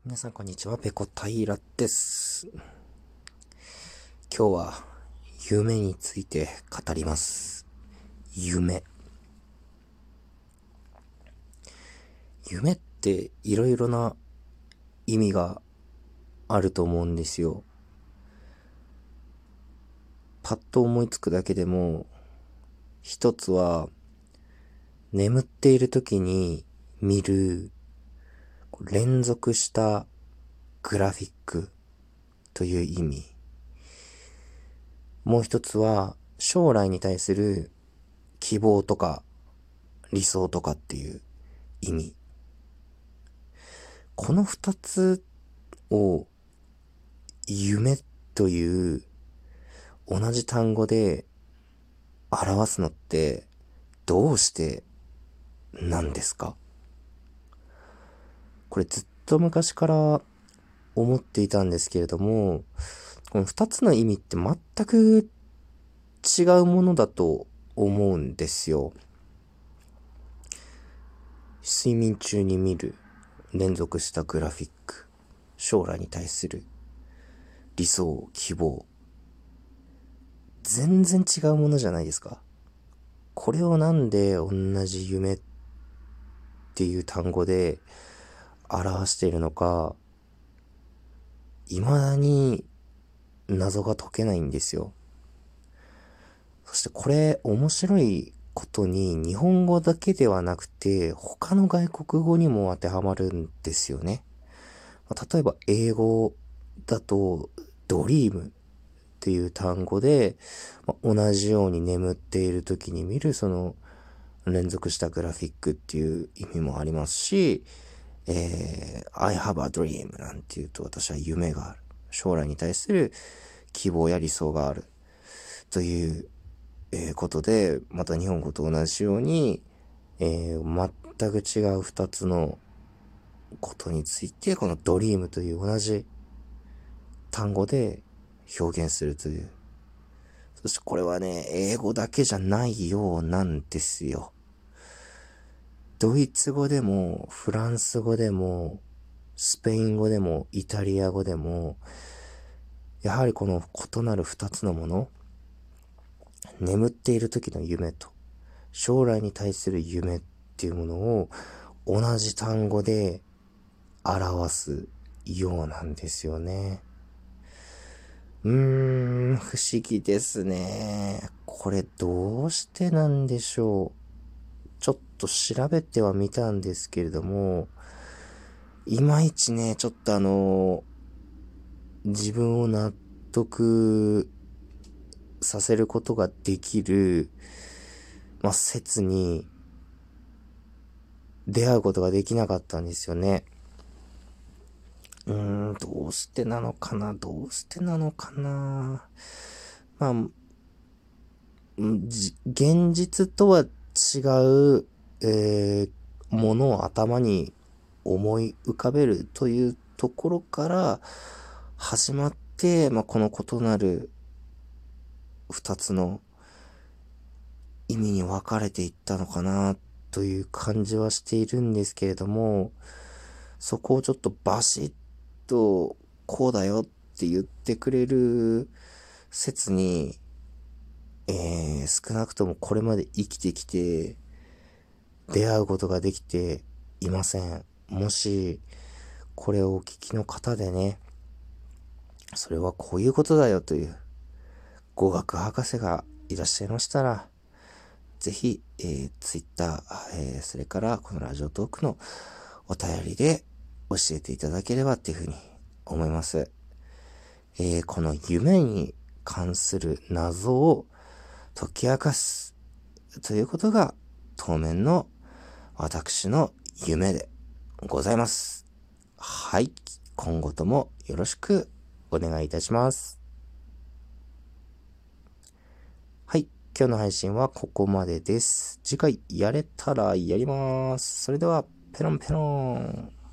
皆さんこんにちは、ペコ平です。今日は夢について語ります。夢っていろいろな意味があると思うんですよ。パッと思いつくだけでも、一つは眠っている時に見る連続したグラフィックという意味。もう一つは将来に対する希望とか理想とかっていう意味。この二つを夢という同じ単語で表すのってどうしてなんですか？これずっと昔から思っていたんですけれども、この二つの意味って全く違うものだと思うんですよ。睡眠中に見る連続したグラフィック、将来に対する理想、希望、全然違うものじゃないですか。これをなんで同じ夢っていう単語で表しているのか、未だに謎が解けないんですよ。そしてこれ面白いことに日本語だけではなくて他の外国語にも当てはまるんですよね。例えば英語だとドリームっていう単語で同じように眠っている時に見るその連続したグラフィックっていう意味もありますし、I have a dream なんて言うと私は夢がある。将来に対する希望や理想がある。という、ことで、また日本語と同じように、全く違う二つのことについて、このドリームという同じ単語で表現するという。そしてこれはね、英語だけじゃないようなんですよ。ドイツ語でも、フランス語でも、スペイン語でも、イタリア語でも、やはりこの異なる二つのもの、眠っている時の夢と、将来に対する夢っていうものを同じ単語で表すようなんですよね。不思議ですね。これどうしてなんでしょう。ちょっと調べてはみたんですけれども、いまいちね、ちょっと自分を納得させることができる、説に出会うことができなかったんですよね。どうしてなのかなまあ、現実とは違う、ものを頭に思い浮かべるというところから始まって、この異なる二つの意味に分かれていったのかなという感じはしているんですけれども、そこをちょっとバシッとこうだよって言ってくれる説に、少なくともこれまで生きてきて出会うことができていません。もしこれをお聞きの方でね、それはこういうことだよという語学博士がいらっしゃいましたら、ぜひ、Twitter、それからこのラジオトークのお便りで教えていただければっていうふうに思います。この夢に関する謎を解き明かすということが当面の私の夢でございます。はい。今後ともよろしくお願いいたします。はい。今日の配信はここまでです。次回やれたらやります。それでは、ペロンペロン。